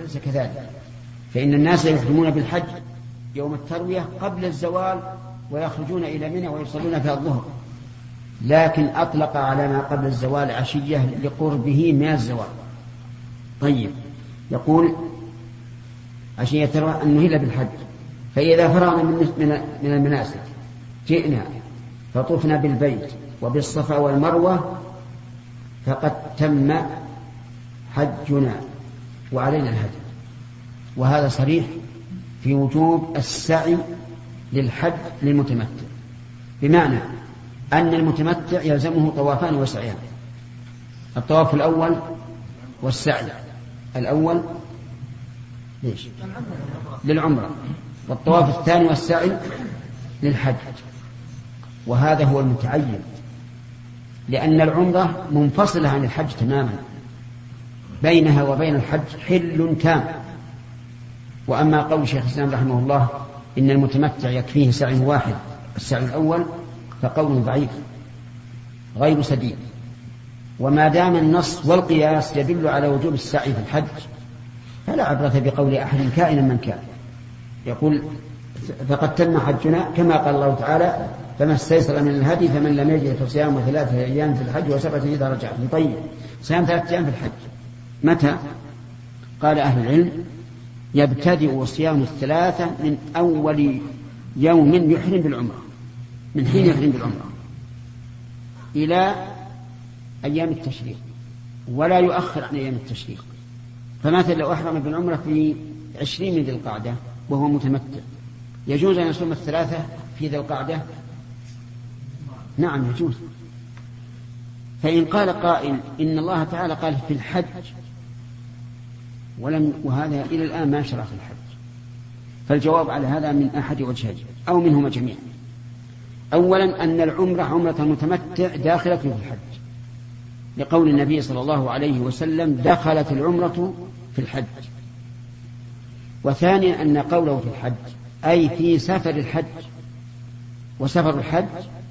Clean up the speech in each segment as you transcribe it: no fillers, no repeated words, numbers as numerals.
ليس كذلك، فإن الناس يحرمون بالحج يوم التروية قبل الزوال ويخرجون إلى منى ويصلون فيها الظهر، لكن أطلق على ما قبل الزوال عشية لقربه من الزوال. طيب، يقول عشية تروى أن نهل بالحج، فإذا فرغنا من المناسك جئنا فطفنا بالبيت وبالصفا والمروة فقد تم حجنا وعلينا الهدي. وهذا صريح في وجوب السعي للحج للمتمتع، بمعنى أن المتمتع يلزمه طوافان وسعيان، الطواف الأول والسعي الأول ليش؟ للعمرة، والطواف الثاني والسعي للحج. وهذا هو المتعين، لأن العمرة منفصلة عن الحج تماما، بينها وبين الحج حل تام. وأما قول شيخ الإسلام رحمه الله إن المتمتع يكفيه سعي واحد السعي الأول فقول ضعيف غير سديد. وما دام النص والقياس يدل على وجوب السعي في الحج فلا عبرة بقول أحد كائنا من كان. يقول فقد تم حجنا، كما قال الله تعالى فما استيسر من الهدي فمن لم يجد فصيام 3 أيام في الحج و7 إذا رجعتم. طيب، صيام 3 أيام في الحج متى؟ قال أهل العلم يبتدئ صيام 3 من أول يوم يحرم بالعمرة، من حين يحرم بالعمرة إلى أيام التشريق، ولا يؤخر عن أيام التشريق. فمثلا لو أحرم بالعمرة في 20 من ذي القعدة وهو متمتع، يجوز أن يصوم 3 في ذي القعدة؟ نعم يجوز. فإن قال قائل إن الله تعالى قال في الحج وهذا إلى الآن ما شرع في الحج، فالجواب على هذا من أحد وجهين أو منهما جميعا. أولا أن العمرة عمرة المتمتع داخلة في الحج، لقول النبي صلى الله عليه وسلم دخلت العمرة في الحج. وثانيا أن قوله في الحج أي في سفر الحج، وسفر الحج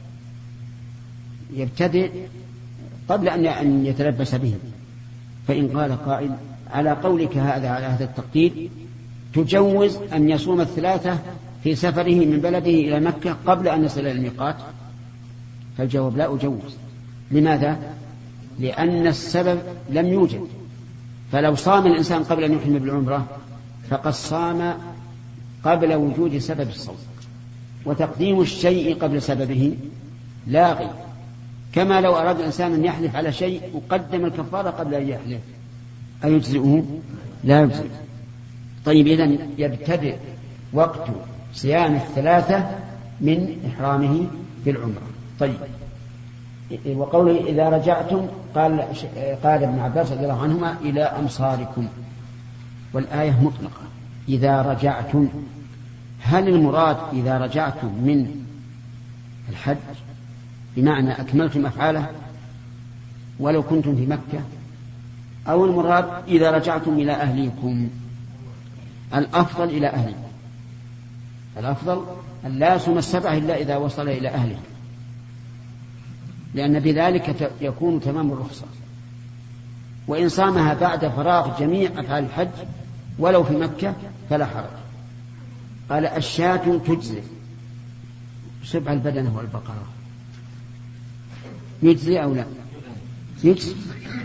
يبتدئ قبل أن يتلبس به. فإن قال قائل على قولك هذا على هذا التقدير تجوز أن يصوم 3 في سفره من بلده إلى مكة قبل أن يصل إلى الميقات، فالجواب لا أجوز. لماذا؟ لأن السبب لم يوجد، فلو صام الإنسان قبل أن يحرم بالعمرة فقد صام قبل وجود سبب الصوم، وتقديم الشيء قبل سببه لاغي، كما لو أراد الإنسان أن يحلف على شيء وقدم الكفارة قبل أن يحلف أيجزئه؟ لا يجزئ. طيب، إذن يبتدئ وقت صيام 3 من إحرامه بالعمرة. طيب، وقوله إذا رجعتم قال ابن عباس رضي الله عنهما إلى أمصاركم، والآية مطلقة إذا رجعتم. هل المراد إذا رجعتم من الحج بمعنى أكملتم أفعاله ولو كنتم في مكة، أو المراد إذا رجعتم إلى أهليكم؟ الأفضل إلى أهلي، الأفضل أن لا يصوم 7 إلا إذا وصل إلى أهله، لأن بذلك يكون تمام الرخصة. وإن صامها بعد فراغ جميع أفعال الحج ولو في مكة فلا حرج. قال الشاة تجزئ، 7 البدنة والبقرة يجزي أو لا يجزي.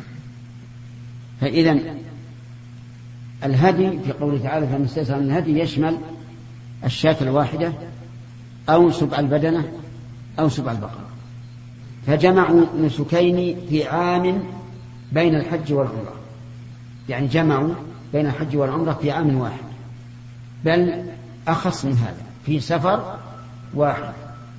فإذا الهدي في قوله تعالى فمن استيسر من الهدي يشمل الشاة الواحدة أو 7 البدنة أو 7 البقرة، فجمعوا نسكين في عام بين الحج والعمرة، يعني جمعوا بين الحج والعمرة في عام واحد، بل أخص من هذا في سفر واحد.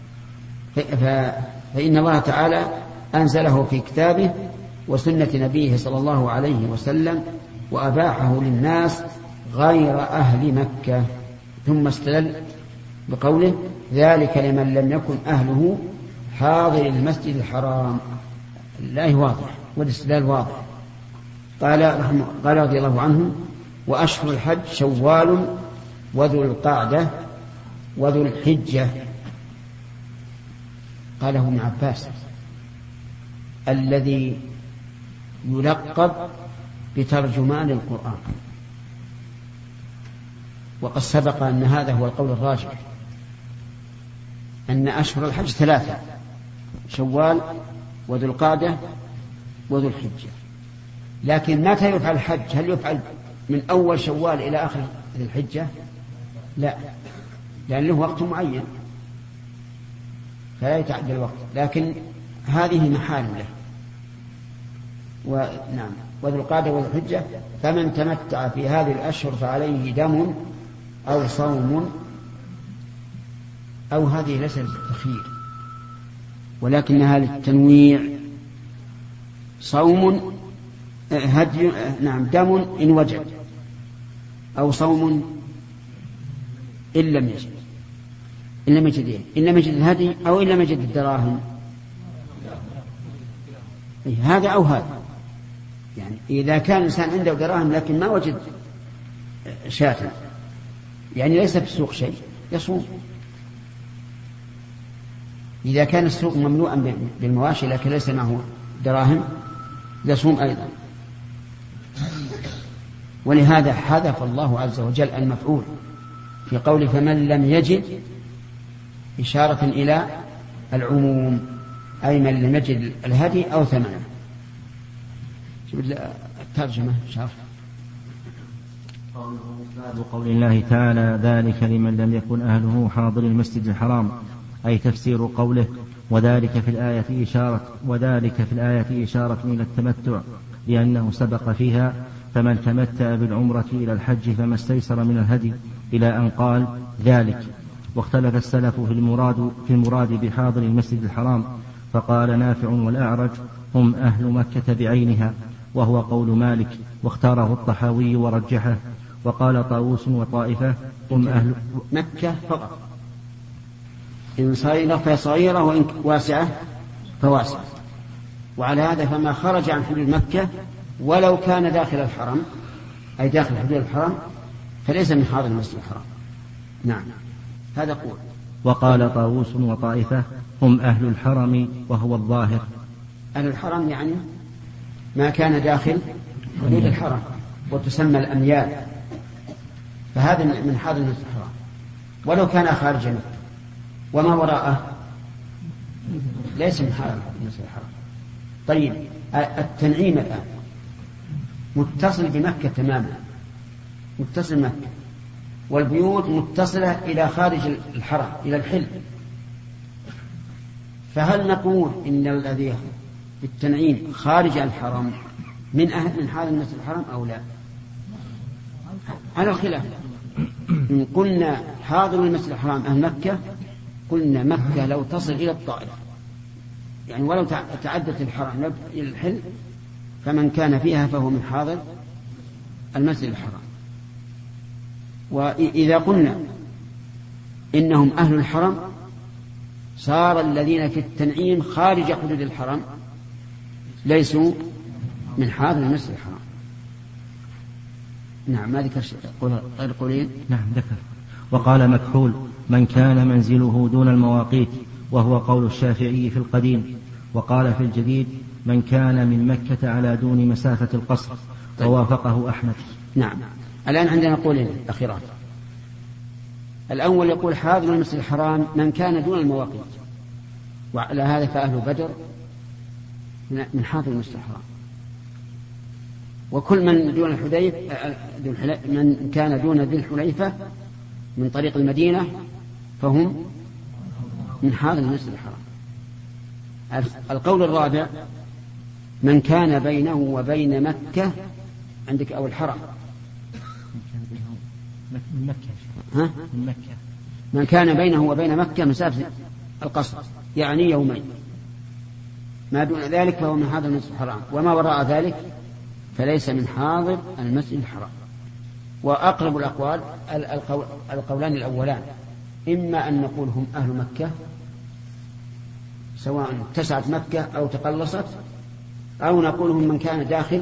فإن الله تعالى أنزله في كتابه وسنة نبيه صلى الله عليه وسلم وأباحه للناس غير أهل مكة. ثم استدل بقوله ذلك لمن لم يكن أهله حاضر المسجد الحرام. الله واضح والاستدلال واضح. قال رضي الله عنه وأشهر الحج شوال وذو القعدة وذو الحجة. قاله ابن عباس الذي يلقب بترجمان القرآن، وقد سبق أن هذا هو القول الراجح، أن أشهر الحج 3: شوال وذو القعدة وذو الحجة. لكن متى يفعل الحج؟ هل يفعل من أول شوال إلى آخر ذي الحجة؟ لا، لأن له وقت معين فلا يتعدى الوقت، لكن هذه محال له. ونعم، وذو القعدة وذو الحجة. فمن تمتع في هذه الأشهر فعليه دم أو صوم، أو هذه ليست للتخيير ولكنها للتنويع. صوم هدي، نعم، دم إن وجد، أو صوم إن لم يجد. إن لم يجد الهدي، أو إن لم يجد الدراهم، هذا أو هذا. يعني إذا كان الإنسان عنده دراهم لكن ما وجد شاة، يعني ليس في السوق شيء، يصوم. إذا كان السوق مملوءا بالمواشي لكن ليس معه دراهم، يصوم أيضا. ولهذا حذف الله عز وجل المفعول في قول فمن لم يجد، إشارة إلى العموم، أي من لم يجد الهدي أو ثمنه. شوف الترجمة شاف. باب قول الله تعالى ذلك لمن لم يكن أهله حاضر المسجد الحرام، أي تفسير قوله وذلك في الآية إشارة إلى التمتع، لأنه سبق فيها فمن تمتع بالعمرة إلى الحج فما استيسر من الهدي، إلى أن قال ذلك. واختلف السلف في المراد بحاضر المسجد الحرام، فقال نافع والأعرج هم أهل مكة بعينها، وهو قول مالك، واختاره الطحاوي ورجحه. وقال طاووس وطائفة هم أهل مكة فقط، إن صغيرة فصغيرة وإن واسعة فواسعة. وعلى هذا فما خرج عن حدود مكة ولو كان داخل الحرم، أي داخل حدود الحرم، فليس من حاضر المسجد الحرام. نعم، هذا قول. وقال طاووس وطائفة هم أهل الحرم، وهو الظاهر. أهل الحرم يعني ما كان داخل حدود الحرم، وتسمى الأميال، فهذا من حاضر المسجد الحرام ولو كان خارج مكة. وما وراءه ليس من حاضر المسجد الحرام. طيب، التنعيم الآن متصل بمكة تماما، متصل بمكة، والبيوت متصلة إلى خارج الحرم، إلى الحل. فهل نقول إن الذي بالتنعيم خارج الحرم من حاضر المسجد الحرام أو لا؟ على الخلاف. إن قلنا حاضر المسجد الحرام أهل مكة، قلنا مكة لو تصل إلى الطائف، يعني ولو تعدت الحرم إلى الحل، فمن كان فيها فهو من حاضر المسجد الحرام. وإذا قلنا إنهم أهل الحرم، صار الذين في التنعيم خارج حدود الحرم ليسوا من حاضر المسجد الحرام. نعم، ما ذكر غير قولين. نعم ذكر. وقال مكحول من كان منزله دون المواقيت، وهو قول الشافعي في القديم. وقال في الجديد من كان من مكة على دون مسافة القصر، ووافقه أحمد. نعم، الآن عندنا قولين أخيرات. الأول يقول حاضر المسجد الحرام من كان دون المواقيت، وعلى هذا فأهل بدر من حاضر المسجد الحرام. وكل من دون من كان دون ذي الحليفة من طريق المدينة فهم من حاضر المسجد الحرام. القول الرابع من كان بينه وبين مكة، عندك أو الحرم، من مكة. ها؟ من مكة. من كان بينه وبين مكة مسافة القصر، يعني يومين، ما دون ذلك فهو من حاضر المسجد الحرام، وما وراء ذلك فليس من حاضر المسجد الحرام. وأقرب الأقوال القولان الأولان، إما أن نقول هم أهل مكة سواء اتسعت مكة أو تقلصت، أو نقول هم من كان داخل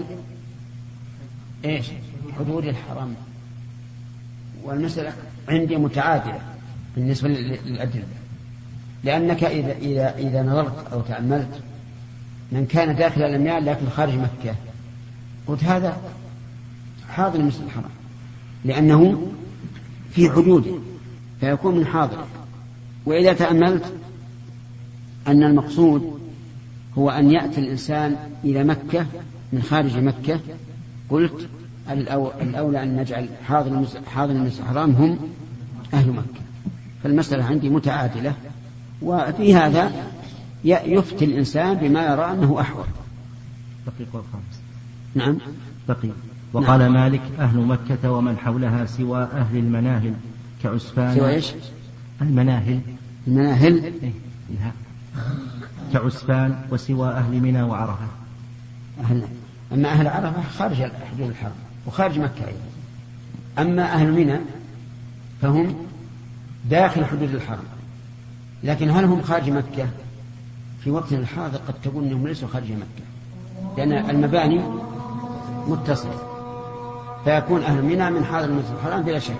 حدود الحرم. والمسألة عندي متعادلة بالنسبة للأدلة، لأنك إذا نظرت أو تأملت من كان داخل الأميال لكن خارج مكة، قلت هذا حاضر المسجد الحرام، لأنه في حدوده فيكون من حاضره. وإذا تأملت أن المقصود هو أن يأتي الإنسان إلى مكة من خارج مكة، قلت الأولى أن نجعل حاضر المسجد الحرام هم أهل مكة. فالمسألة عندي متعادلة، وفي هذا يفتي الإنسان بما يرى أنه أحوط. دقيقة الخامس. نعم بقي. وقال نعم. مالك أهل مكة ومن حولها سوى أهل المناهل كعسفان. سوى إيش؟ المناهل. المناهل إيه؟ كعسفان وسوى أهل منى وعرفة. أما أهل عرفة خارج حدود الحرم وخارج مكة أيضا. أما أهل منى فهم داخل حدود الحرم، لكن هل هم خارج مكة؟ في وقتنا الحاضر قد تكون أنهم ليسوا خارج مكة، لأن المباني متصلة، فيكون أهل منى من حاضر المسجد الحرام بلا شك.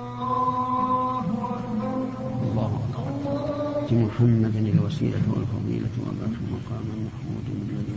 الله أكبر. محمدا الوسيلة والفضيلة وبعث مقام محمود الذي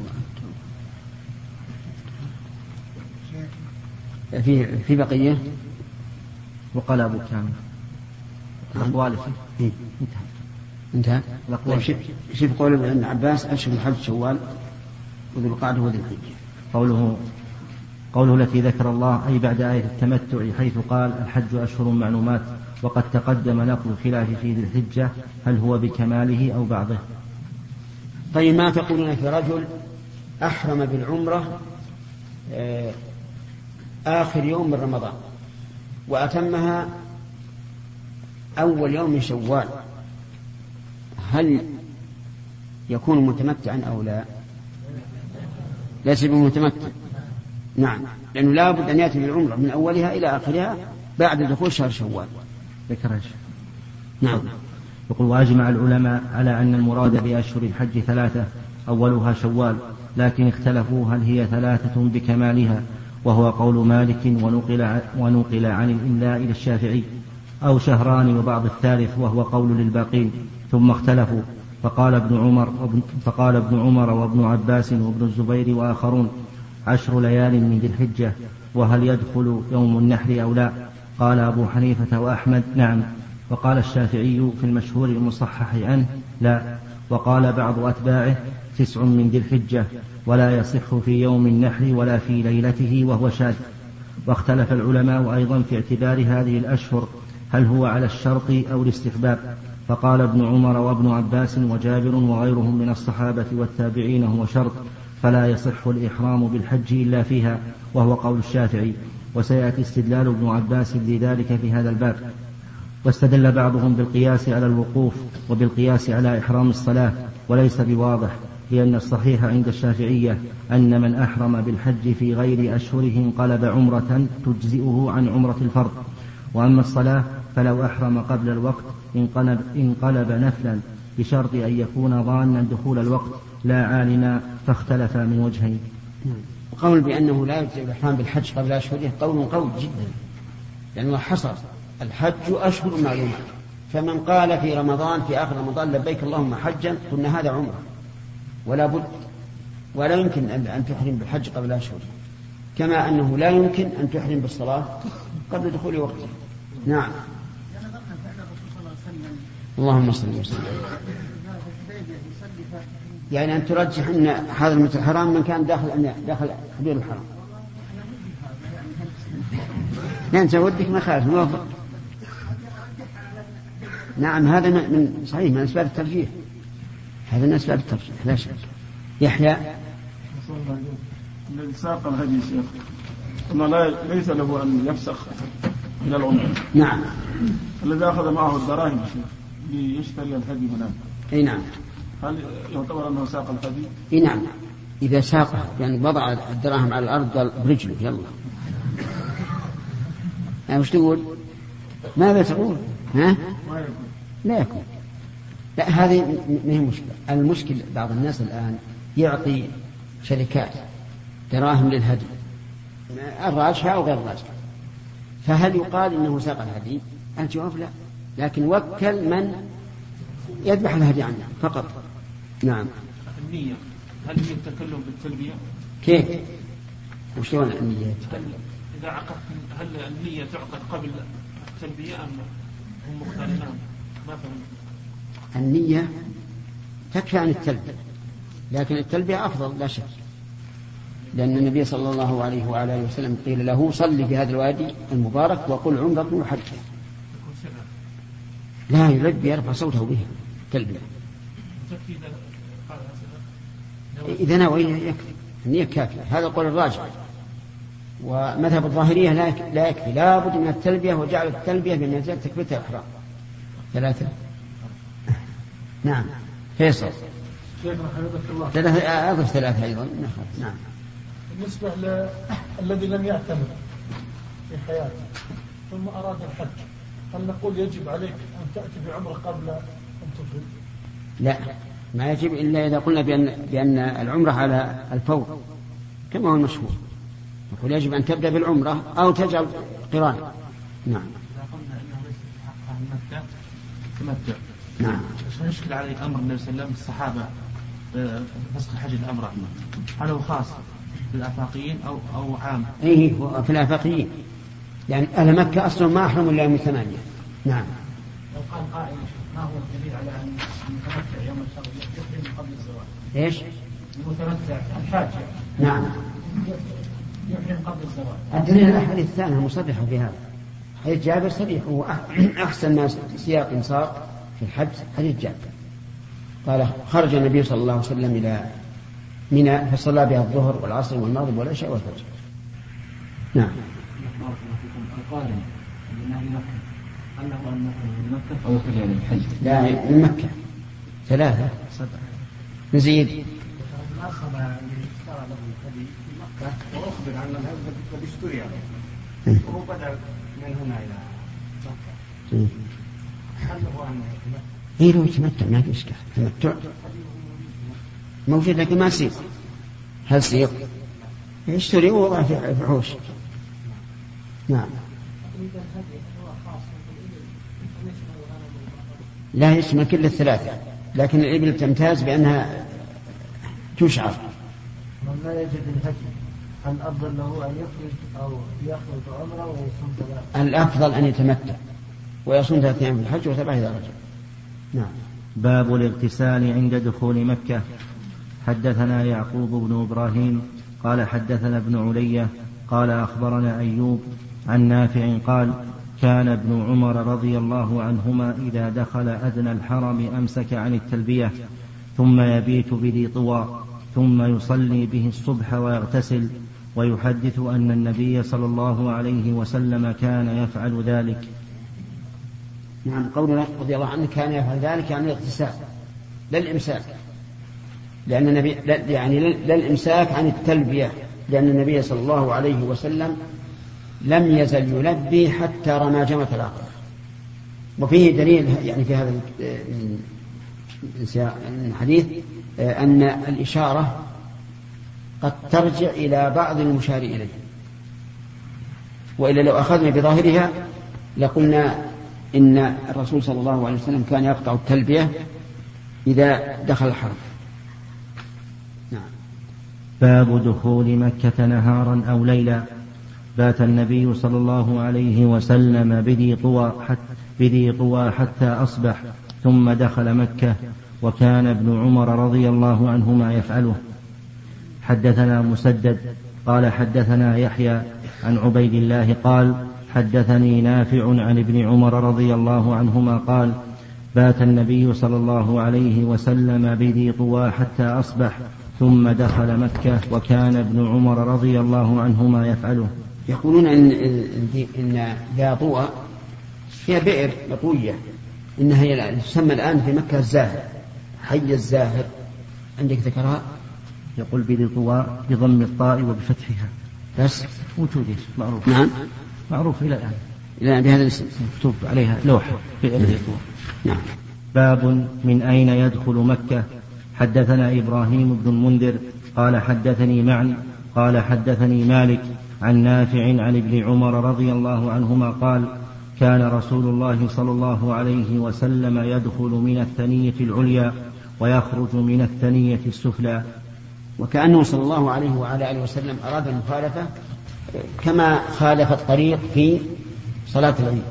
وعدته. في بقية. وقال أبو كامل الأقوال فيه انتهى. شوف قول ابن عباس أشهر الحج شوال وذو القعدة وذو الحجة. قوله التي ذكر الله أي بعد آية التمتع، حيث قال الحج أشهر معلومات، وقد تقدم نقل الخلاف في ذي الحجة هل هو بكماله أو بعضه. طيب ما تقولون في رجل أحرم بالعمرة آخر يوم من رمضان وأتمها أول يوم من شوال، هل يكون متمتعا أو لا؟ ليس بمتمتع. نعم، لأنه لا بد أن يأتي بالعمرة من أولها إلى آخرها بعد دخول شهر شوال. ذكرش. نعم. يقول واجمع العلماء على أن المراد بأشهر الحج 3 أولها شوال، لكن اختلفوا هل هي 3 بكمالها، وهو قول مالك ونقل عن الإملاء للشافعي، أو 2 وبعض الثالث، وهو قول للباقين. ثم اختلفوا فقال ابن عمر وابن عباس وابن الزبير وآخرون 10 ليال من ذي الحجة، وهل يدخل يوم النحر أو لا؟ قال أبو حنيفة وأحمد نعم، وقال الشافعي في المشهور المصحح عنه لا، وقال بعض أتباعه 9 من ذي الحجة، ولا يصح في يوم النحر ولا في ليلته، وهو شاذ. واختلف العلماء أيضا في اعتبار هذه الأشهر هل هو على الشرط أو الاستحباب، فقال ابن عمر وابن عباس وجابر وغيرهم من الصحابة والتابعين هو شرط، فلا يصح الإحرام بالحج إلا فيها، وهو قول الشافعي. وسيأتي استدلال ابن عباس لذلك في هذا الباب. واستدل بعضهم بالقياس على الوقوف وبالقياس على إحرام الصلاة، وليس بواضح، لأن الصحيح عند الشافعية أن من أحرم بالحج في غير أشهره انقلب عمرة تجزئه عن عمرة الفرض، وأما الصلاة فلو أحرم قبل الوقت انقلب نفلا، بشرط أن يكون ظانا دخول الوقت لا عالما، فاختلف من وجهين. وقول بأنه لا يجزئ الإحرام بالحج قبل أشهره قول قوي جدا، لأنه حصر الحج أشهر معلومات، فمن قال في رمضان في آخر رمضان لبيك اللهم حجا قلنا هذا عمره ولا بد، ولا يمكن أن تحرم بالحج قبل أشهره، كما أنه لا يمكن أن تحرم بالصلاة قبل دخول وقته. نعم. اللهم صل وسلم. يعني أن ترجح أن هذا المسجد الحرام من كان داخل حدود الحرام. أنت ودك ما خالف موافق. نعم هذا من صحيح من أسباب الترجيح، هذا من أسباب الترجيح لا شك. يحيى الذي ساق الهدي شيخ أنه ليس له أن يفسخ إلى العمر. نعم. الذي أخذ معه الدراهم ليشتري الهدي هناك. أي نعم. هل يعتبر أنه ساق الهدي؟ أي نعم، إذا ساقه يعني وضع الدراهم على الأرض قال برجله يلا. وش تقول؟ ماذا تقول؟ ها؟ لا يكون. لا هذه ما هي مشكلة. المشكلة بعض الناس الآن يعطي شركات دراهم للهدي الراجحة أو غير الراجحة، فهل يقال إنه ساق الهدي؟ الجواب لا، لكن وكل من يذبح الهدي عنه فقط. نعم. النية هل هي التكلم بالتلبية؟ كيف؟ وشلون النية تتكلم؟ إذا عقد هل النية تعقد قبل التلبية أم هم مختارين؟ ما فهم. النية تكفي عن التلبية، لكن التلبية أفضل لا شك، لأن النبي صلى الله عليه وعلى آله وسلم قيل له صل في هذا الوادي المبارك وقل عمرة وحج. لا يلبي يرفع صوته به تلبية، إذا نوى يكفي، النية كافية، هذا القول الراجح. ومذهب الظاهرية لا يكفي، لا بد من التلبية، وجعل التلبية بمنزلة تكبيرة الإحرام. 3. نعم فيصل. شيخنا حفظك الله. 3 أضف 3 أيضا. نعم. بالنسبة للذي لم يعتمر في حياته ثم أراد الحج، هل نقول يجب عليك أن تأتي بعمرة قبل أن تفرد؟ لا، ما يجب إلا إذا قلنا بأن العمرة على الفور كما هو المشهور، نقول يجب أن تبدأ بالعمرة أو تجعل قران. نعم. إذا قلنا إنه ليس في حق أهل مكة تمتع. نعم. عشان يشكل عليه أمر النبي صلى الله عليه وسلم الصحابة فسخ الحج الأمر، هل هو خاص بالآفاقيين أو عام؟ إيه في الآفاقيين، يعني أهل مكة أصلا ما أحرموا إلا يوم 8. نعم. لو قال قائل ما هو الدليل على أن المتمتع يوم الفرد يحرم قبل الزواج؟ إيش؟ المتمتع الحاج نعم يحرم قبل الزواج. الدليل الأحاديث الثانية مصرحة في هذا، حديث جابر صريح، هو أحسن ما سياق صار في الحج حديث جابر، قال خرج النبي صلى الله عليه وسلم إلى منى فصلى بها الظهر والعصر والمغرب والعشاء والفجر. نعم. القادم من أهل مكة هل له أن من مكة أو يخرج من الحج؟ لا، من مكة 3 نزيد. الأخذ اللي اشترى له الهدي في مكة وأخبر عن الهدي الذي اشتري وهو بدأ من هنا إلى مكة، هل له أن إيه لو يتمتع ما في إشكال، تمتع موجود لكن ما سيق. هل سيق؟ يشتري ووضع في فحوش. نعم. لا يشمل كل 3، لكن الإبل تمتاز بأنها تشعر. من لا يجد الهدي هل أفضل له أن يخرج أو يخرج عمره ويصوم 3؟ الأفضل أن يتمتع ويصوم 3 أيام في الحج و7 إذا رجع. نعم. باب الاغتسال عند دخول مكة. حدثنا يعقوب بن إبراهيم قال حدثنا ابن علية قال أخبرنا أيوب عن نافع قال كان ابن عمر رضي الله عنهما إذا دخل أدنى الحرم أمسك عن التلبية ثم يبيت بذي طوى ثم يصلي به الصبح ويغتسل، ويحدث أن النبي صلى الله عليه وسلم كان يفعل ذلك. نعم. قوله رضي الله عنه كان يفعل ذلك يعني الاغتسال لا الإمساك، لأن النبي لا الإمساك عن التلبية، لأن النبي صلى الله عليه وسلم لم يزل يلبي حتى رمى جمرة العقبة. وفيه دليل يعني في هذا الحديث أن الإشارة قد ترجع إلى بعض المشار إليه، وإلا لو أخذنا بظاهرها لقلنا إن الرسول صلى الله عليه وسلم كان يقطع التلبية إذا دخل الحرم. نعم. باب دخول مكة نهارا أو ليلا. بات النبي صلى الله عليه وسلم بذي طوى حتى أصبح ثم دخل مكة، وكان ابن عمر رضي الله عنهما يفعله. حدثنا مسدد قال حدثنا يحيى عن عبيد الله قال حدثني نافع عن ابن عمر رضي الله عنهما قال بات النبي صلى الله عليه وسلم بذي طوى حتى أصبح ثم دخل مكة، وكان ابن عمر رضي الله عنهما يفعله. يقولون إن ذا طوى هي بئر مطوية، إنها هي تسمى الآن في مكة الزاهر، حي الزاهر. عندك ذكرها؟ يقول بذي طوى بضم الطاء وبفتحها بس موجود معروف. نعم معروف إلى الآن بهذا الاسم مكتوب عليها لوحة في بذي طوى. نعم. باب من أين يدخل مكة. حدثنا إبراهيم بن المنذر قال حدثني معن قال حدثني مالك عن نافع عن ابن عمر رضي الله عنهما قال كان رسول الله صلى الله عليه وسلم يدخل من الثنية العليا ويخرج من الثنية السفلى. وكأنه صلى الله عليه وعلى آله وسلم أراد المخالفة كما خالف الطريق في صلاة العيد،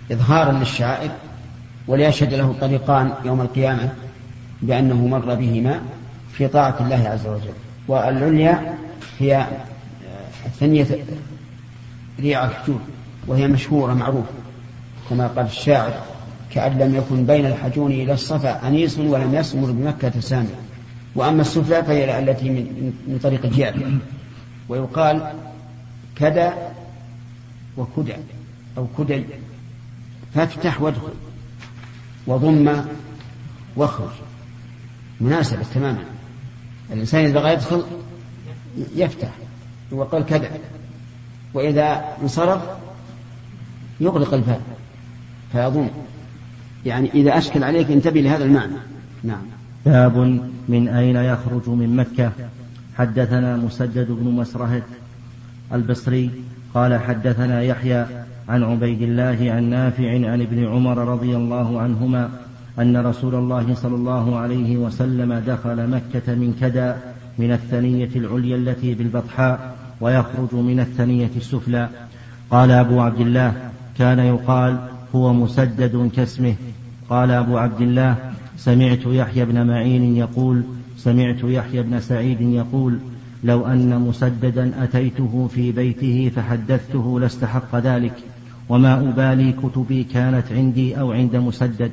إظهارا للشعائر، وليشهد له طريقان يوم القيامة بأنه مر بهما في طاعة الله عز وجل. والعليا هي الثانية ريع الحجور، وهي مشهورة معروفة كما قال الشاعر: كأن لم يكن بين الحجون إلى الصفا أنيس ولم يسمر بمكة سامع. وأما السفلى فهي التي من طريق الجار. ويقال كدى وكدى أو كدي، فافتح وادخل، وضم واخرج، مناسبة تماما. الإنسان إذا بغى يدخل يفتح وقال كدى، وإذا انصرف يغلق الباب فيضم. يعني إذا أشكل عليك انتبه لهذا المعنى. نعم. باب من أين يخرج من مكة. حدثنا مسدد بن مسرهد البصري قال حدثنا يحيى عن عبيد الله عن نافع عن ابن عمر رضي الله عنهما أن رسول الله صلى الله عليه وسلم دخل مكة من كدى من الثنية العليا التي بالبطحاء، ويخرج من الثنية السفلى. قال أبو عبد الله: كان يقال هو مسدد كاسمه. قال أبو عبد الله: سمعت يحيى بن معين يقول: سمعت يحيى بن سعيد يقول: لو أن مسددا أتيته في بيته فحدثته لاستحق ذلك، وما أبالي كتبي كانت عندي أو عند مسدد.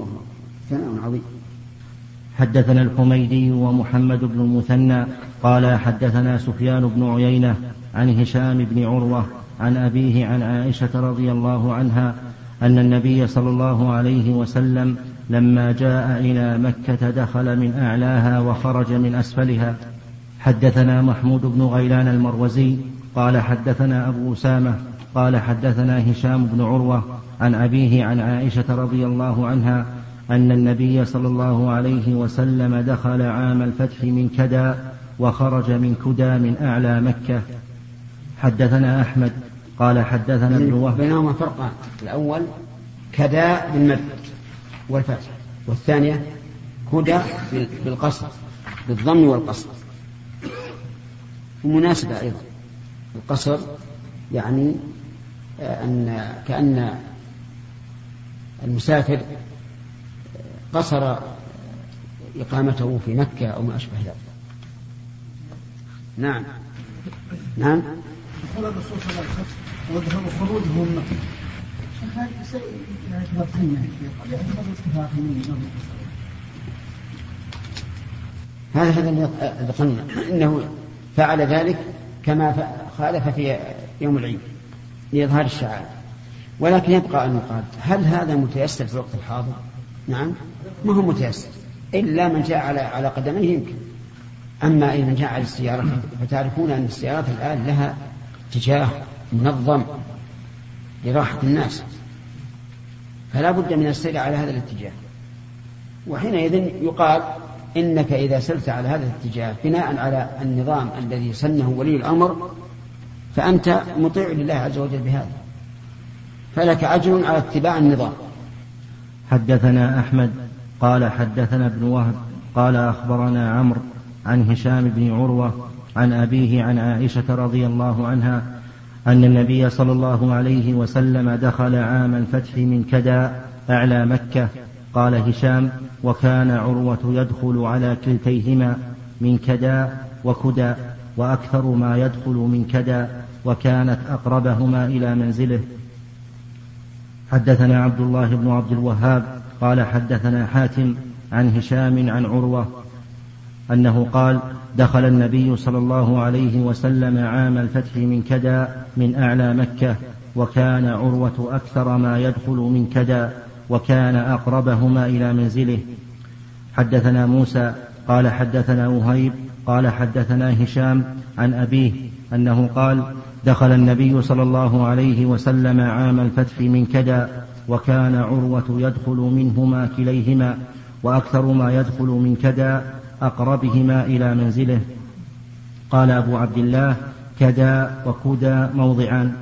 حدثنا الحميدي ومحمد بن المثنى قال حدثنا سفيان بن عيينة عن هشام بن عروة عن أبيه عن عائشة رضي الله عنها أن النبي صلى الله عليه وسلم لما جاء إلى مكة دخل من أعلاها وخرج من أسفلها. حدثنا محمود بن غيلان المروزي قال حدثنا أبو أسامة قال حدثنا هشام بن عروة عن أبيه عن عائشة رضي الله عنها أن النبي صلى الله عليه وسلم دخل عام الفتح من كدى وخرج من كدى من أعلى مكة. حدثنا أحمد قال حدثنا ابن وهب. بينهما فرقان: الأول كدى بالمد والفتح، والثانية كدى بالقصر بالضم والقصر. ومناسبة أيضا القصر يعني كأن المسافر قصر إقامته في مكة أو ما أشبه ذلك. نعم. نعم. قال الرسول صلى الله عليه وسلم: وذهب خروجهم من مكة. هذا اللي ذكرنا إنه فعل ذلك كما خالف في يوم العيد لإظهار الشعائر. ولكن يبقى أن يقال: هل هذا متيسر في الوقت الحاضر؟ نعم، ما هو متيسر إلا من جاء على قدميه يمكن. أما إذا جاء على السيارة فتعرفون أن السيارات الآن لها اتجاه منظم لراحة الناس، فلا بد من السير على هذا الاتجاه. وحينئذ يقال إنك إذا سرت على هذا الاتجاه بناء على النظام الذي سنه ولي الأمر فأنت مطيع لله عز وجل بهذا، فلك أجر على اتباع النظام. حدثنا أحمد قال حدثنا ابن وهب قال أخبرنا عمرو عن هشام بن عروة عن أبيه عن عائشة رضي الله عنها أن النبي صلى الله عليه وسلم دخل عام الفتح من كدى أعلى مكة. قال هشام: وكان عروة يدخل على كلتيهما من كدى وكدى، وأكثر ما يدخل من كدى، وكانت أقربهما إلى منزله. حدثنا عبد الله بن عبد الوهاب قال حدثنا حاتم عن هشام عن عروة أنه قال: دخل النبي صلى الله عليه وسلم عام الفتح من كدى من أعلى مكة، وكان عروة أكثر ما يدخل من كدى، وكان أقربهما إلى منزله. حدثنا موسى قال حدثنا وهيب قال حدثنا هشام عن أبيه أنه قال: دخل النبي صلى الله عليه وسلم عام الفتح من كدى، وكان عروة يدخل منهما كليهما، وأكثر ما يدخل من كدى أقربهما إلى منزله. قال أبو عبد الله: كدى وكدى موضعان.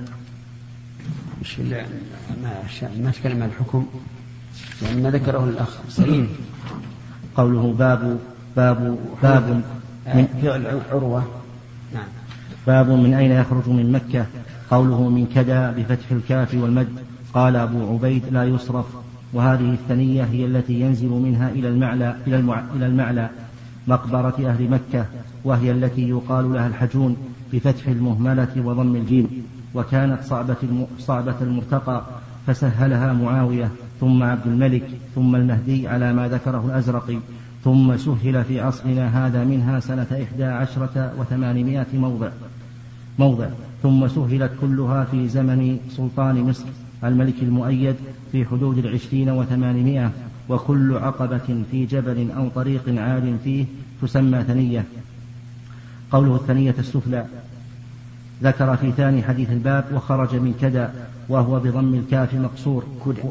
ما تكلم عن الحكم لأن ما ذكره الأخ سليم. قوله باب من فعل عروة. نعم. باب من أين يخرج من مكة. قوله من كدى بفتح الكاف والمد قال أبو عبيد لا يصرف. وهذه الثنية هي التي ينزل منها إلى المعلى مقبرة أهل مكة، وهي التي يقال لها الحجون بفتح المهملة وضم الجيم. وكانت صعبة المرتقى، فسهلها معاوية ثم عبد الملك ثم المهدي على ما ذكره الأزرقي، ثم سهل في عصرنا هذا منها سنة 11 و800 موضع، ثم سهلت كلها في زمن سلطان مصر الملك المؤيد في حدود 20 و800. وكل عقبة في جبل أو طريق عال فيه تسمى ثنية. قوله الثنية السفلى ذكر في ثاني حديث الباب وخرج من كدا وهو بضم الكاف مقصور.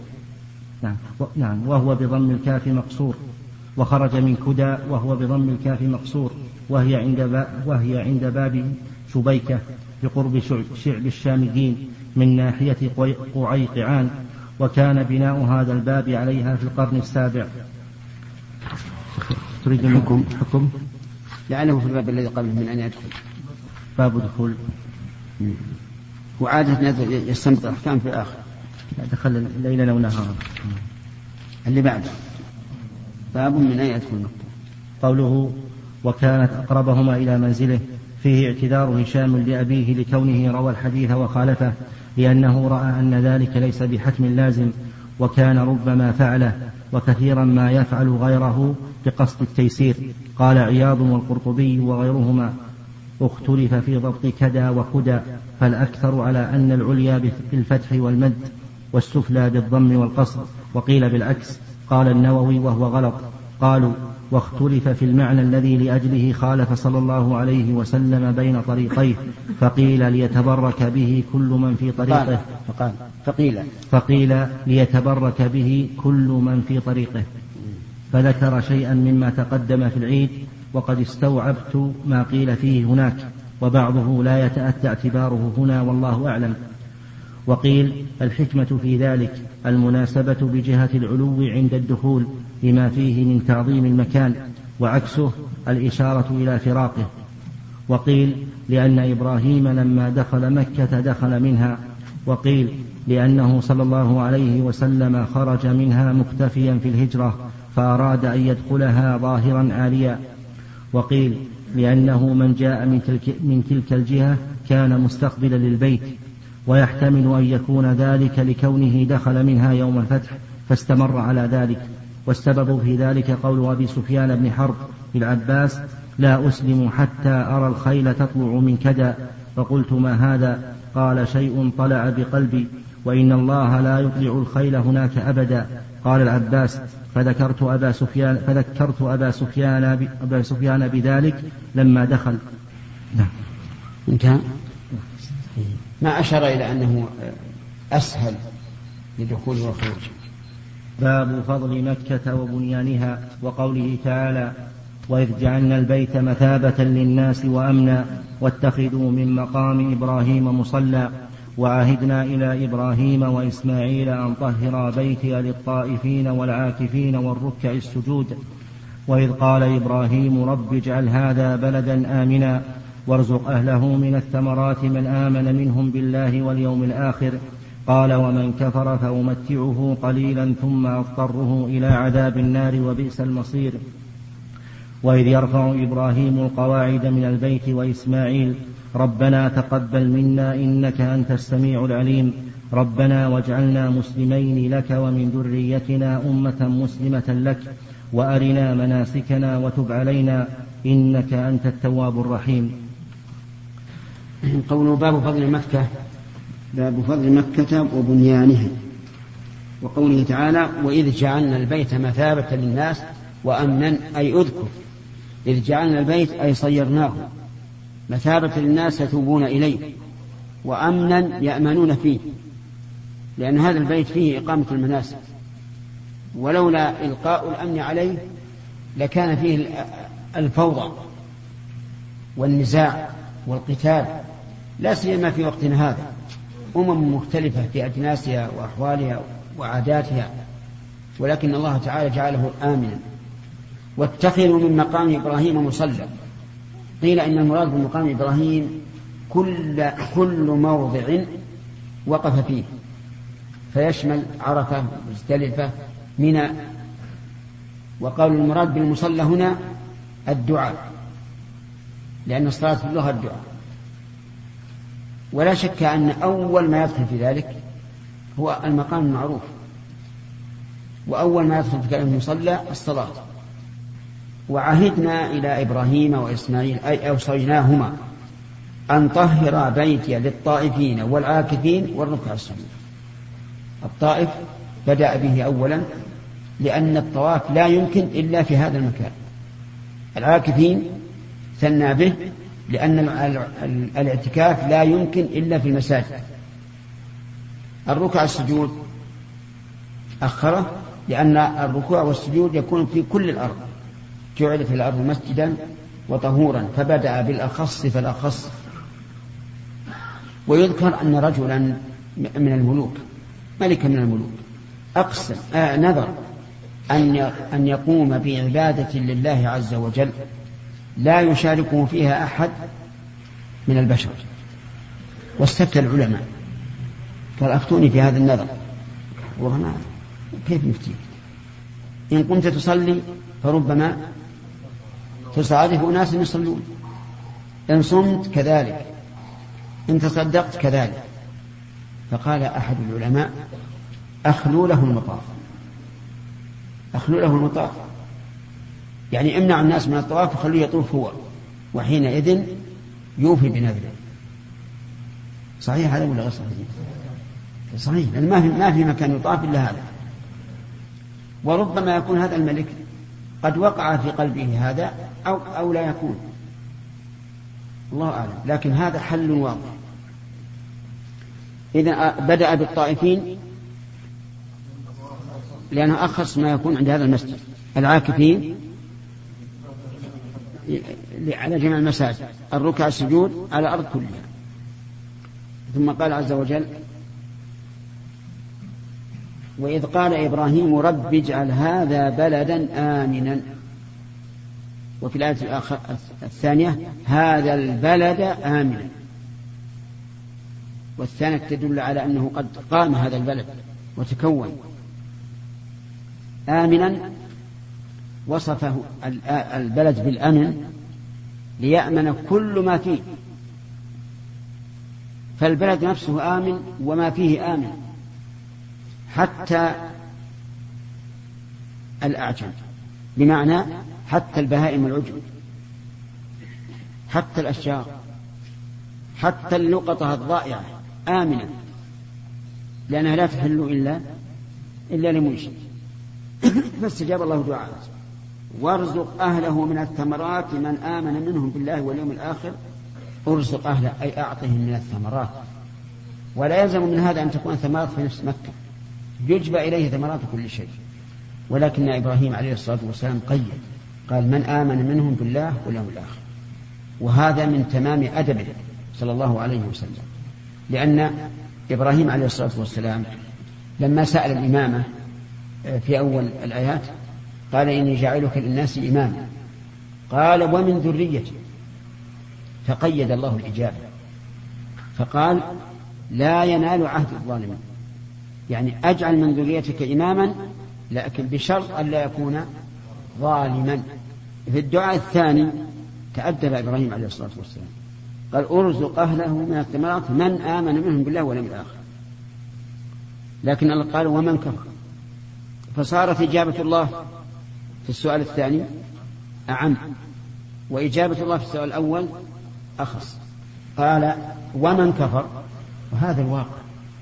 وهو بضم الكاف مقصور. وخرج من كدا وهو بضم الكاف مقصور، وهي عند باب شبيكة بقرب شعب الشاميين من ناحية قعيقعان. وكان بناء هذا الباب عليها في القرن السابع. تريد حكم لعله في الباب الذي قبله من أن يدخل باب دخول. وعادة يستنبط الأحكام في الآخر. دخل ليلا ونهارا. اللي بعد باب من أن يدخل. قوله وكانت أقربهما إلى منزله فيه اعتذار هشام لأبيه لكونه روى الحديث وخالفه، لأنه رأى أن ذلك ليس بحتم لازم، وكان ربما فعله وكثيرا ما يفعل غيره بقصد التيسير. قال عياض والقرطبي وغيرهما اختلف في ضبط كدا وكدا، فالأكثر على أن العليا بالفتح والمد والسفلى بالضم والقصر، وقيل بالعكس. قال النووي وهو غلط. قالوا واختلف في المعنى الذي لأجله خالف صلى الله عليه وسلم بين طريقيه، فقيل ليتبرك به كل من في طريقه. فقيل ليتبرك به كل من في طريقه. فذكر شيئا مما تقدم في العيد، وقد استوعبت ما قيل فيه هناك، وبعضه لا يتأتى اعتباره هنا والله أعلم. وقيل الحكمة في ذلك المناسبة بجهة العلو عند الدخول لما فيه من تعظيم المكان، وعكسه الإشارة إلى فراقه. وقيل لأن إبراهيم لما دخل مكة دخل منها. وقيل لأنه صلى الله عليه وسلم خرج منها مختفيا في الهجرة فأراد أن يدخلها ظاهرا عاليا. وقيل لأنه من جاء من تلك الجهة كان مستقبلا للبيت، ويحتمل أن يكون ذلك لكونه دخل منها يوم الفتح فاستمر على ذلك. والسبب في ذلك قول أبي سفيان بن حرب للعباس لا أسلم حتى أرى الخيل تطلع من كدا. فقلت ما هذا؟ قال شيء طلع بقلبي، وإن الله لا يطلع الخيل هناك أبدا. قال العباس فذكرت أبا سفيان بذلك لما دخل. انتهى. ما أشار إلى أنه أسهل لدخول وخروج. باب فضل مكة وبنيانها. وقوله تعالى وإذ جعلنا البيت مثابة للناس وأمنا واتخذوا من مقام إبراهيم مصلى وعهدنا إلى إبراهيم وإسماعيل أن طهرا بيتي للطائفين والعاكفين والركع السجود. وإذ قال إبراهيم رب اجعل هذا بلدا آمنا وارزق أهله من الثمرات من آمن منهم بالله واليوم الآخر. قال ومن كفر فأمتعه قليلا ثم أضطره إلى عذاب النار وبئس المصير. وإذ يرفع إبراهيم القواعد من البيت وإسماعيل ربنا تقبل منا إنك أنت السميع العليم ربنا واجعلنا مسلمين لك ومن ذريتنا أمة مسلمة لك وأرنا مناسكنا وتب علينا إنك أنت التواب الرحيم. قوله باب فضل مكة، باب فضل مكة وبنيانها. وقوله تعالى وإذ جعلنا البيت مثابة للناس وأمنا، أي أذكر إذ جعلنا البيت أي صيرناه مثابة للناس يتوبون إليه، وأمنا يأمنون فيه، لأن هذا البيت فيه إقامة المناسك، ولولا إلقاء الأمن عليه لكان فيه الفوضى والنزاع والقتال، لا سيما في وقتنا هذا، مختلفة في أجناسها وأحوالها وعاداتها، ولكن الله تعالى جعله آمنا. واتخذوا من مقام إبراهيم مصلى. قيل إن المراد بمقام إبراهيم كل موضع وقف فيه، فيشمل عرفة مزدلفة منى. وقالوا المراد بالمصلى هنا الدعاء، لأن الصلاة في اللغة الدعاء. ولا شك أن أول ما يدخل في ذلك هو المقام المعروف، وأول ما يدخل في كلمة المصلى الصلاة. وعهدنا إلى إبراهيم وإسماعيل أي أوصيناهما أن طهر بيتي للطائفين والعاكفين والركع السجود. الطائف بدأ به أولا لأن الطواف لا يمكن إلا في هذا المكان. العاكفين ثنى به لأن الاعتكاف لا يمكن إلا في المساجد. الركع السجود أخره لأن الركوع والسجود يكون في كل الأرض، جعلت الأرض مسجدا وطهورا، فبدأ بالأخص فالأخص. ويذكر أن رجلا من الملوك، ملك من الملوك، أقسم نذر أن يقوم بعبادة لله عز وجل لا يشاركه فيها أحد من البشر، واستفتى العلماء قال أفتوني في هذا النذر. والله كيف نفتيك؟ إن كنت تصلي فربما تصادف أناس يصلون، إن صمت كذلك، إن تصدقت كذلك. فقال أحد العلماء أخلوا له المطاف، أخلوا له المطاف، يعني امنع الناس من الطواف وخليه يطوف هو، وحينئذ يوفي بنذره. صحيح هذا ولا غير صحيح؟ صحيح، لأن ما في مكان يطاف إلا هذا. وربما يكون هذا الملك قد وقع في قلبه هذا أو لا يكون، الله أعلم، لكن هذا حل واضح. إذا بدأ بالطائفين لأنه أخص ما يكون عند هذا المسجد، العاكفين على جميع المساجد، الركع السجود على الأرض كلها. ثم قال عز وجل وإذ قال إبراهيم رب اجعل هذا بلدا آمنا. وفي الآية الثانية هذا البلد آمنا، والثانية تدل على أنه قد قام هذا البلد وتكون آمنا. وصفه البلد بالأمن ليأمن كل ما فيه، فالبلد نفسه آمن وما فيه آمن، حتى الأعجم، بمعنى حتى البهائم والعجم، حتى الأشجار، حتى اللقطة الضائعة آمنة، لأنها لا تحل إلا لمنشد. فاستجاب الله دعاءه وارزق أهله من الثمرات من آمن منهم بالله واليوم الآخر. ارزق أهله أي أعطهم من الثمرات، ولا يلزم من هذا أن تكون ثمرات في نفس مكة، يجبى إليه ثمرات كل شيء. ولكن إبراهيم عليه الصلاة والسلام قال من آمن منهم بالله واليوم الآخر، وهذا من تمام أدبه صلى الله عليه وسلم، لأن إبراهيم عليه الصلاة والسلام لما سأل الإمامة في أول الآيات قال إني جاعلك للناس إماما، قال ومن ذريتي، فقيد الله الإجابة فقال لا ينال عهد الظالمين، يعني أجعل من ذريتك إماما لكن بشرط أن لا يكون ظالما. في الدعاء الثاني تأدب إبراهيم عليه الصلاة والسلام قال أرزق أهله من الثمرات من آمن منهم بالله واليوم الآخر، لكن الله قال ومن كفر، فصارت إجابة الله في السؤال الثاني أعم، وإجابة الله في السؤال الأول أخص. قال ومن كفر، وهذا الواقع،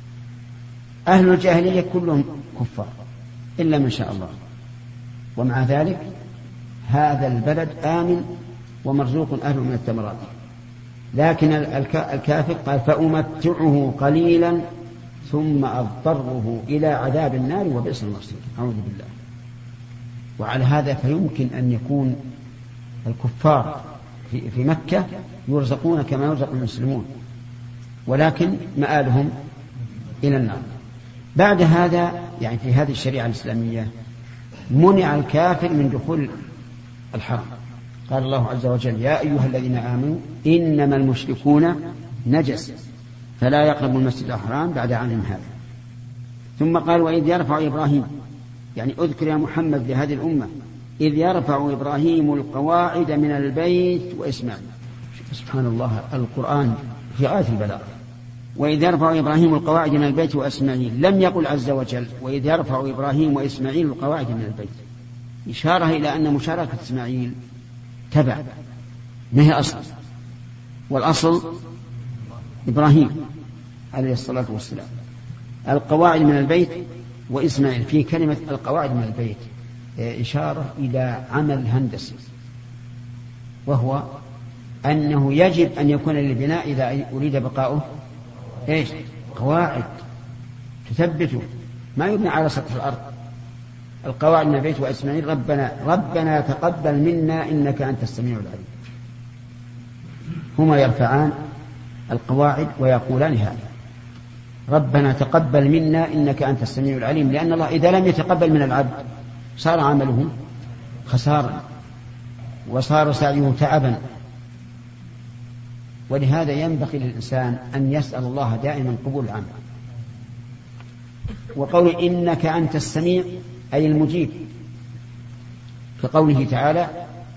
أهل الجاهلية كلهم كفار إلا من شاء الله، ومع ذلك هذا البلد آمن ومرزوق أهله من الثمرات. لكن الكافر قال فأمتعه قليلا ثم أضطره إلى عذاب النار وبئس المصير، أعوذ بالله. وعلى هذا فيمكن أن يكون الكفار في مكة يرزقون كما يرزق المسلمون، ولكن مآلهم إلى النار. بعد هذا يعني في هذه الشريعة الإسلامية منع الكافر من دخول الحرم. قال الله عز وجل يا أيها الذين آمنوا إنما المشركون نجس فلا يقربوا المسجد الحرام بعد عامهم هذا. ثم قال وإذ يرفع إبراهيم، يعني أذكر يا محمد لهذه الأمة إذ يرفع إبراهيم القواعد من البيت وإسماعيل. سبحان الله، القرآن في غاية البلاغة. وإذ يرفع إبراهيم القواعد من البيت وإسماعيل، لم يقل عز وجل وإذ يرفع إبراهيم وإسماعيل القواعد من البيت، إشارة إلى أن مشاركة إسماعيل تبع ما هي أصل، والأصل إبراهيم عليه الصلاة والسلام. القواعد من البيت وإسماعيل، في كلمة القواعد من البيت إشارة إلى عمل هندسي، وهو أنه يجب أن يكون للبناء إذا أريد بقاؤه إيش؟ قواعد تثبته، ما يبنى على سطح الأرض. القواعد من البيت وإسماعيل ربنا تقبل منا إنك أنت السميع العليم. هما يرفعان القواعد ويقولان هذا ربنا تقبل منا إنك أنت السميع العليم، لأن الله إذا لم يتقبل من العبد صار عمله خسارا وصار سعيه تعبا. ولهذا ينبغي للإنسان أن يسأل الله دائما قبول العمل. وقول إنك أنت السميع أي المجيب، كقوله تعالى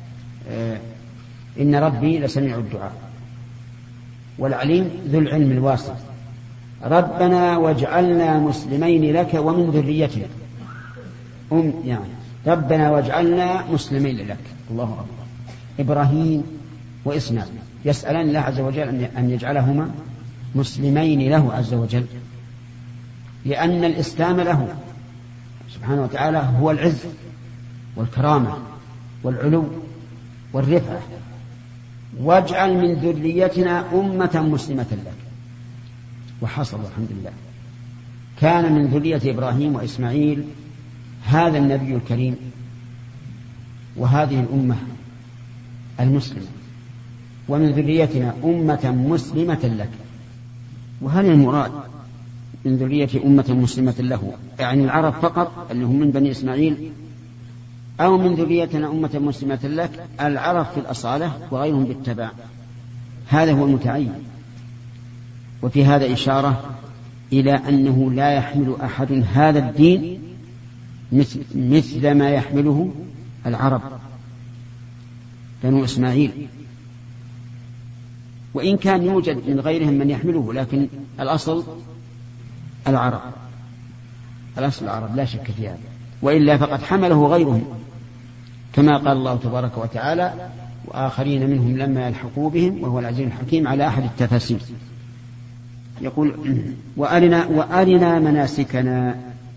إن ربي لسميع الدعاء، والعليم ذو العلم الواسع. ربنا واجعلنا مسلمين لك ومن ذريتنا يعني ربنا واجعلنا مسلمين لك. الله أكبر. إبراهيم وإسماعيل يسألان الله عز وجل أن يجعلهما مسلمين له عز وجل، لأن الإسلام له سبحانه وتعالى هو العز والكرامة والعلو والرفعة. واجعل من ذريتنا أمة مسلمة لك. وحصل الحمد لله، كان من ذرية إبراهيم وإسماعيل هذا النبي الكريم وهذه الأمة المسلمة، ومن ذريتنا أمة مسلمة لك. وهل المراد من ذرية أمة مسلمة له يعني العرب فقط اللي هم من بني إسماعيل، أو من ذريتنا أمة مسلمة لك العرب في الأصالة وغيرهم بالتبع؟ هذا هو المتعين. وفي هذا إشارة إلى أنه لا يحمل أحد هذا الدين مثل ما يحمله العرب بنو إسماعيل، وإن كان يوجد من غيرهم من يحمله، لكن الأصل العرب، الأصل العرب لا شك في هذا، وإلا فقد حمله غيرهم كما قال الله تبارك وتعالى وآخرين منهم لما يلحقوا بهم وهو العزيز الحكيم على أحد التفاسير. يقول وأرنا مناسكنا.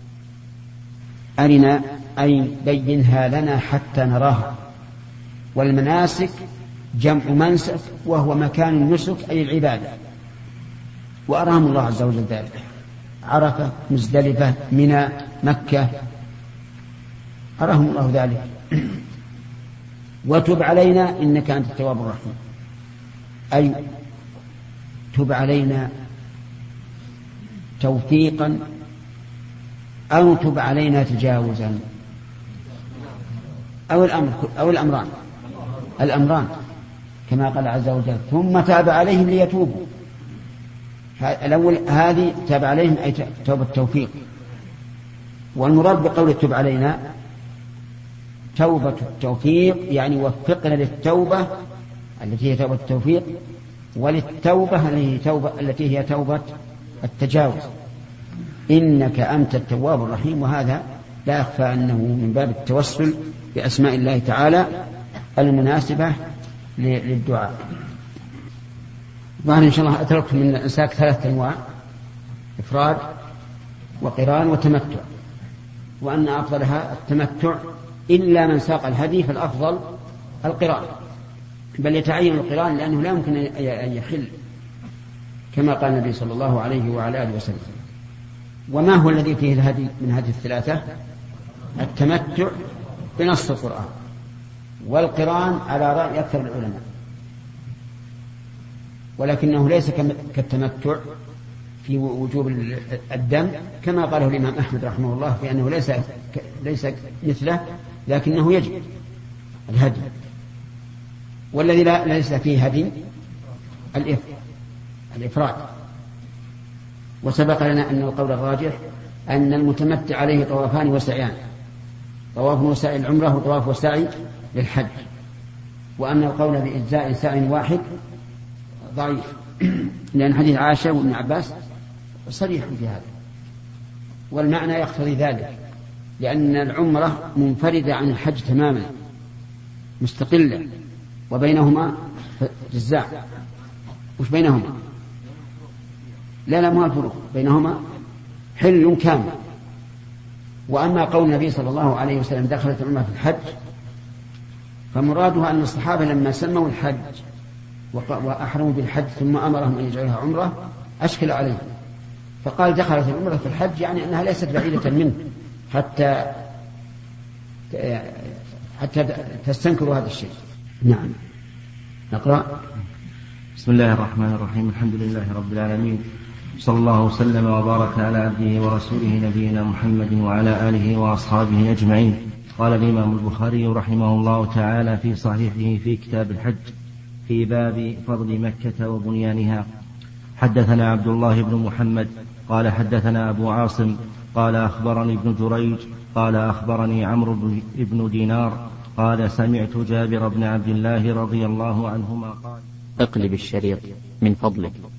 أرنا أي بينها لنا حتى نراها. والمناسك جمع منسك وهو مكان النسك أي العبادة، وأراهم الله عز وجل ذلك: عرفة، مزدلفة، منى، مكة، أراهم الله ذلك. وتب علينا إنك أنت التواب الرحيم، أي تب علينا توفيقا أو تب علينا تجاوزا، أو الأمران كما قال عز وجل ثم تاب عليهم ليتوبوا. الأول هذه تاب عليهم أي توبة التوفيق، والمراد بقول تب علينا توبة التوفيق يعني وفقنا للتوبة التي هي توبة التوفيق، وللتوبة التي هي توبة التجاوز. إنك أنت التواب الرحيم. وهذا لا يخفى أنه من باب التوسل بأسماء الله تعالى المناسبة للدعاء. وإن شاء الله أترككم من الإمساك 3 أنواع: إفراد وقران وتمتع، وأن أفضلها التمتع، إلا من ساق الهدي فالأفضل القران، بل يتعين القران لأنه لا يمكن أن يحل كما قال النبي صلى الله عليه وعلى آله وسلم. وما هو الذي فيه الهدي من هذه الثلاثة؟ التمتع بنص القرآن، والقران على رأي أكثر العلماء، ولكنه ليس كالتمتع في وجوب الدم كما قاله الإمام أحمد رحمه الله، في أنه ليس مثله، لكنه يجب الهدي. والذي ليس فيه هدي الإفراد. وسبق لنا أن القول الراجح أن المتمتع عليه طوافان وسعيان، طواف وسعي العمرة وطواف وسعي للحج، وأن القول بإجزاء سعي واحد ضعيف، لأن حديث عائشة وابن عباس صريح في هذا، والمعنى يقتضي ذلك، لأن العمرة منفردة عن الحج تماما مستقلة، وبينهما جزاء. وش بينهما؟ لا ما الفروق بينهما، حل كامل. وأما قول النبي صلى الله عليه وسلم دخلت العمرة في الحج، فمرادها أن الصحابة لما سموا الحج وأحرموا بالحج ثم أمرهم أن يجعلها عمرة أشكل عليهم، فقال دخلت العمرة في الحج، يعني أنها ليست بعيدة منه حتى تستنكروا هذا الشيء. نعم. نقرأ. بسم الله الرحمن الرحيم. الحمد لله رب العالمين، صلى الله وسلم وبارك على عبده ورسوله نبينا محمد وعلى آله وأصحابه أجمعين. قال الإمام البخاري رحمه الله تعالى في صحيحه في كتاب الحج في باب فضل مكة وبنيانها: حدثنا عبد الله بن محمد قال حدثنا أبو عاصم قال أخبرني ابن جريج قال أخبرني عمرو بن دينار قال سمعت جابر بن عبد الله رضي الله عنهما قال: اقلب الشريط من فضلك.